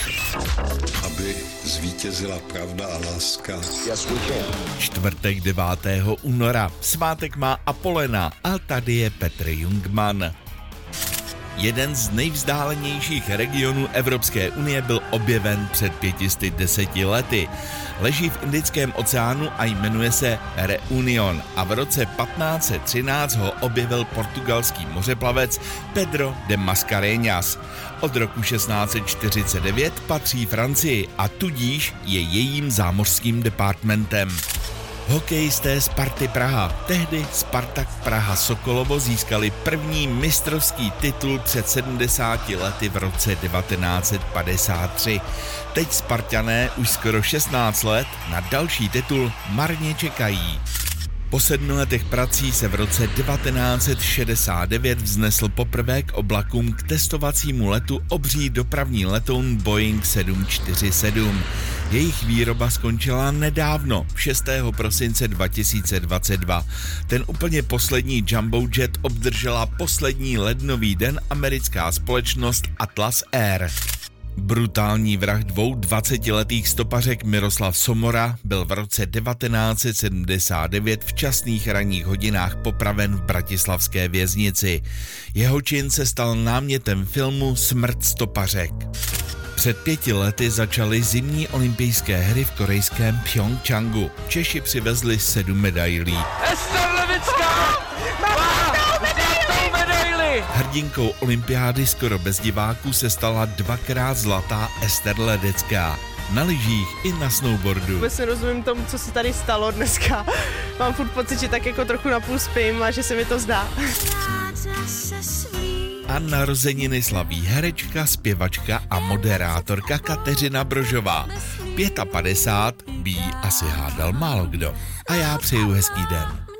Aby zvítězila pravda a láska. Čtvrtek 9. února. Svátek má Apolena a tady je Petr Jungmann. Jeden z nejvzdálenějších regionů Evropské unie byl objeven před 510 lety. Leží v Indickém oceánu a jmenuje se Reunion a v roce 1513 ho objevil portugalský mořeplavec Pedro de Mascarenhas. Od roku 1649 patří Francii a tudíž je jejím zámořským departmentem. Hokejisté Sparty Praha, tehdy Spartak Praha Sokolovo, získali první mistrovský titul před 70 lety v roce 1953. Teď Spartané už skoro 16 let na další titul marně čekají. Po 7 letech prací se v roce 1969 vznesl poprvé k oblakům k testovacímu letu obří dopravní letoun Boeing 747. Jejich výroba skončila nedávno, 6. prosince 2022. Ten úplně poslední jumbo jet obdržela poslední lednový den americká společnost Atlas Air. Brutální vrah 2 20letých stopařek Miroslav Somora byl v roce 1979 v časných ranních hodinách popraven v bratislavské věznici. Jeho čin se stal námětem filmu Smrt stopařek. Před 5 lety začaly zimní olympijské hry v korejském Pchjongčchangu. Češi přivezli 7 medailí. Ester Levická! Hrdinkou olympiády skoro bez diváků se stala 2krát zlatá Ester Ledecká. Na lyžích i na snowboardu. Vůbec nerozumím tomu, co se tady stalo dneska. Mám furt pocit, že tak jako trochu napůl spím a že se mi to zdá. A narozeniny slaví herečka, zpěvačka a moderátorka Kateřina Brožová. 55 by jí asi hádal málo kdo. A já přeju hezký den.